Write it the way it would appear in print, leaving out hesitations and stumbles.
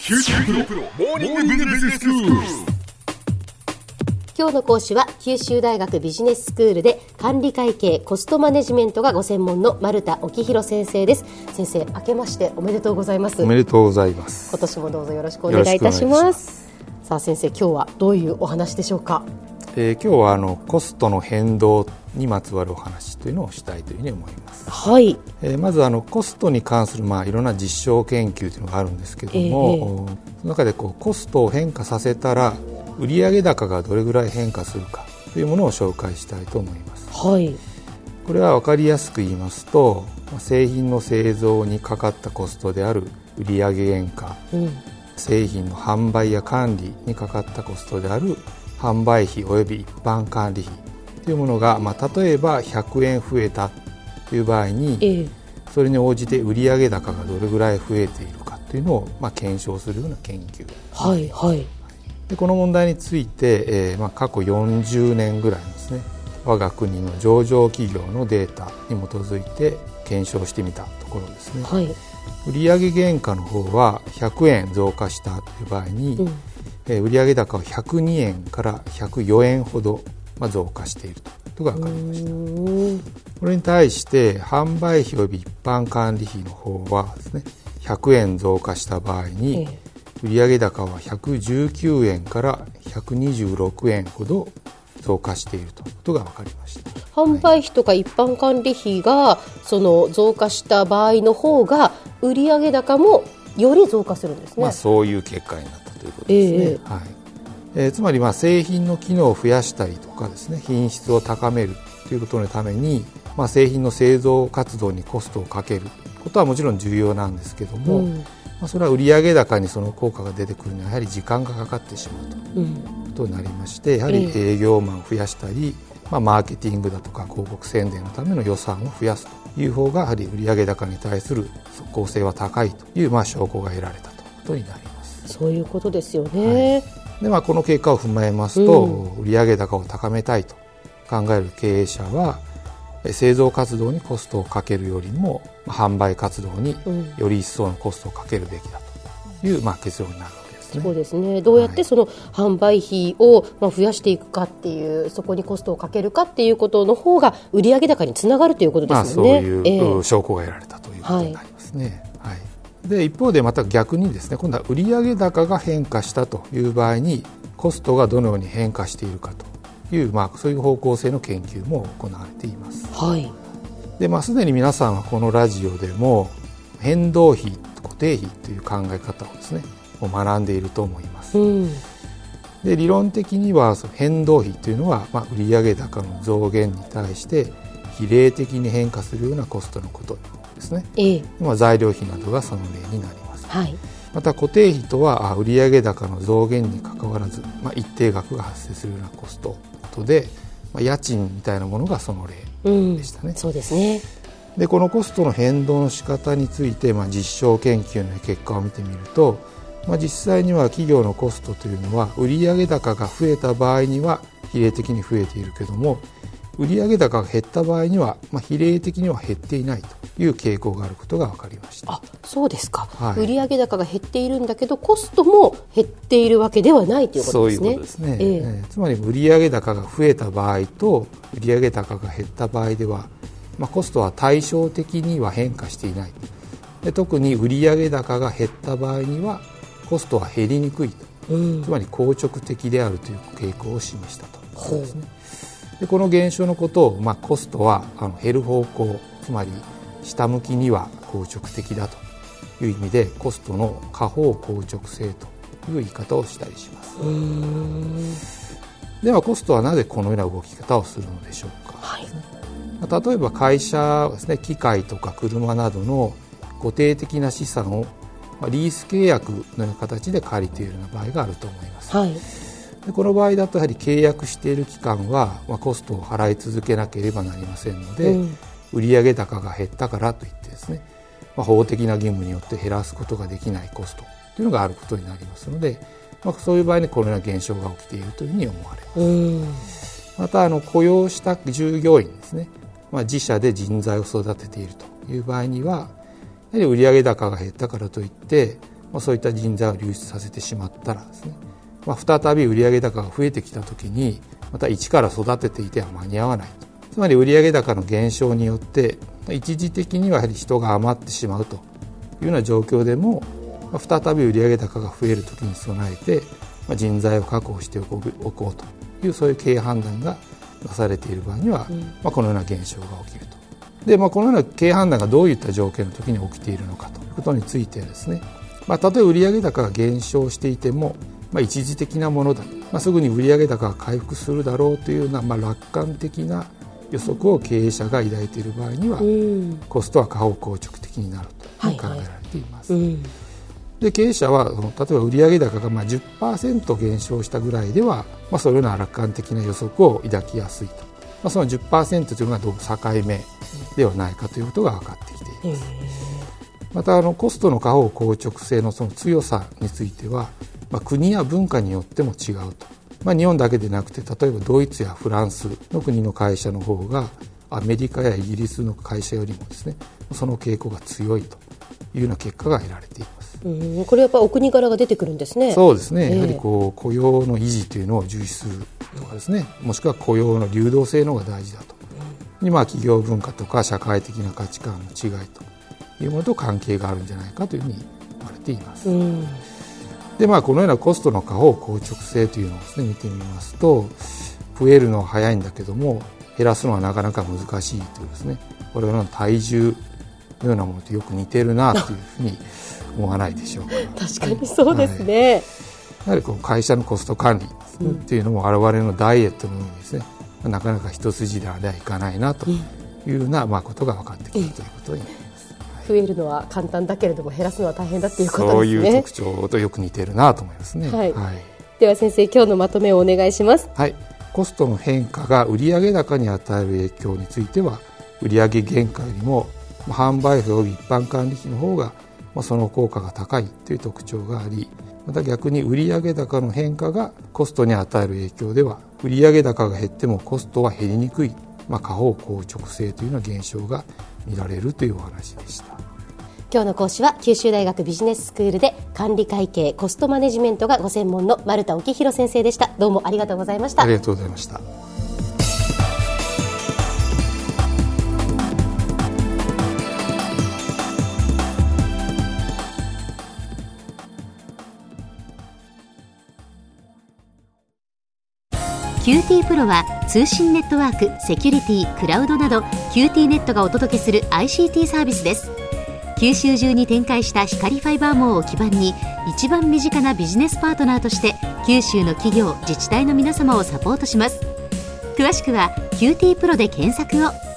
九州大学モーニングビジネススクール。 今日の講師は九州大学ビジネススクールで管理会計コストマネジメントがご専門の丸田沖弘先生です。先生、明けましておめでとうございます。 おめでとうございます。 今年もどうぞよろしくお願いいたします。さあ先生、今日はどういうお話でしょうか。 今日はコストの変動にまつわるお話というのをしたいというふうに思います。 はい。 まずコストに関するいろんな実証研究というのがあるんですけども、その中でコストを変化させたら売上高がどれぐらい変化するかというものを紹介したいと思います。 はい。 これは分かりやすく言いますと、製品の製造にかかったコストである売上原価、製品の販売や管理にかかったコストである販売費および一般管理費というものが、例えば100円増えたという場合に、それに応じて売上高がどれぐらい増えているかというのを、検証するような研究。 はいはい。 でこの問題について、過去40年ぐらいですね、我が国の上場企業のデータに基づいて検証してみたところですね、 はい、 売上原価の方は100円増加したという場合に、売上高は102円から104円ほど増加しているということが分かりました。これに対して販売費及び一般管理費の方はですね、100円増加した場合に、売上高は119円から126円ほど増加しているということが分かりました。 販売費とか一般管理費がその増加した場合の方が売上高もより増加するんですね。 そういう結果になったということですね。つまり製品の機能を増やしたりとかですね、品質を高めるということのために、製品の製造活動にコストをかけることはもちろん重要なんですけども、それは売上高にその効果が出てくるにはやはり時間がかかってしまうということになりまして、やはり営業マンを増やしたり、マーケティングだとか広告宣伝のための予算を増やすという方がやはり売上高に対する即効性は高いという証拠が得られたということになります。 そういうことですよね。 でこの結果を踏まえますと、売上高を高めたいと考える経営者は製造活動にコストをかけるよりも販売活動により一層のコストをかけるべきだという、結論になるわけですね。 そうですね。どうやってその販売費を増やしていくかっていう、そこにコストをかけるかっていうことの方が売上高につながるということですよね。 そういう証拠が得られたということになりますね。で一方でまた逆にですね、今度は売上高が変化したという場合にコストがどのように変化しているかという、そういう方向性の研究も行われています。ですでに皆さんはこのラジオでも変動費、固定費という考え方をですね学んでいると思います。で理論的には変動費というのは、売上高の増減に対して比例的に変化するようなコストのことですね。材料費などがその例になります。また固定費とは売上高の増減にかかわらず、一定額が発生するようなコストのことで、家賃みたいなものがその例でしたね。 そうですね。 でこのコストの変動の仕方について、実証研究の結果を見てみると、実際には企業のコストというのは売上高が増えた場合には比例的に増えているけども、売上高が減った場合には、比例的には減っていないという傾向があることが分かりました。 そうですか。売上高が減っているんだけどコストも減っているわけではないということですね。 そういうことですね。つまり売上高が増えた場合と売上高が減った場合では、コストは対照的には変化していない。で特に売上高が減った場合にはコストは減りにくいと、つまり硬直的であるという傾向を示したということですね。でこの現象のことを、コストは減る方向、つまり下向きには硬直的だという意味でコストの下方硬直性という言い方をしたりします。ではコストはなぜこのような動き方をするのでしょうか。例えば会社はですね、機械とか車などの固定的な資産をリース契約のような形で借りているような場合があると思います。でこの場合だとやはり契約している期間は、コストを払い続けなければなりませんので、売上高が減ったからといってですね、法的な義務によって減らすことができないコストというのがあることになりますので、そういう場合にこのような現象が起きているというふうに思われます。また雇用した従業員ですね、自社で人材を育てているという場合には、やはり売上高が減ったからといってそういった人材を流出させてしまったらですね、再び売上高が増えてきたときにまた一から育てていては間に合わないと。つまり売上高の減少によって一時的にはやはり人が余ってしまうというような状況でも、再び売上高が増えるときに備えて人材を確保しておこうというそういう経営判断がなされている場合には、このような現象が起きると。で、このような経営判断がどういった条件のときに起きているのかということについてですね、たとえ売上高が減少していても、一時的なものだ、すぐに売上高が回復するだろうというような、楽観的な予測を経営者が抱いている場合には、コストは下方硬直的になると考えられています。で、経営者は例えば売上高が10% 減少したぐらいでは、そういうような楽観的な予測を抱きやすいと、その 10% というのがどう境目ではないかということが分かってきています。またコストの下方硬直性のその強さについては、国や文化によっても違うと。日本だけでなくて、例えばドイツやフランスの国の会社の方がアメリカやイギリスの会社よりもですね、その傾向が強いというような結果が得られています。 これはやっぱりお国柄が出てくるんですね。 そうですね、やはり雇用の維持というのを重視するとかですね、もしくは雇用の流動性の方が大事だと、企業文化とか社会的な価値観の違いというものと関係があるんじゃないかというふうに言われています。で、このようなコストの下方硬直性というのをですね、見てみますと、増えるのは早いんだけども減らすのはなかなか難しいというですね、これの体重のようなものとよく似てるなというふうに思わないでしょうか。 確かにそうですね。 やはり会社のコスト管理というのも我々のダイエットのようにですね、なかなか一筋縄ではいかないなというようなことが分かってきたということになります。 増えるのは簡単だけれども減らすのは大変だということですね。 そういう特徴とよく似てるなと思いますね。 では先生、今日のまとめをお願いします。 コストの変化が売上高に与える影響については、売上原価よりも販売費及び一般管理費の方がその効果が高いという特徴があり、また逆に売上高の変化がコストに与える影響では、売上高が減ってもコストは減りにくい、下方硬直性というような現象が見られるというお話でした。 今日の講師は九州大学ビジネススクールで管理会計コストマネジメントがご専門の丸田沖弘先生でした。どうもありがとうございました。 ありがとうございました。 QT プロは通信ネットワーク、セキュリティ、クラウドなど QT ネットがお届けする ICT サービスです。九州中に展開した光ファイバー網を基盤に一番身近なビジネスパートナーとして九州の企業、自治体の皆様をサポートします。詳しくは QT プロで検索を。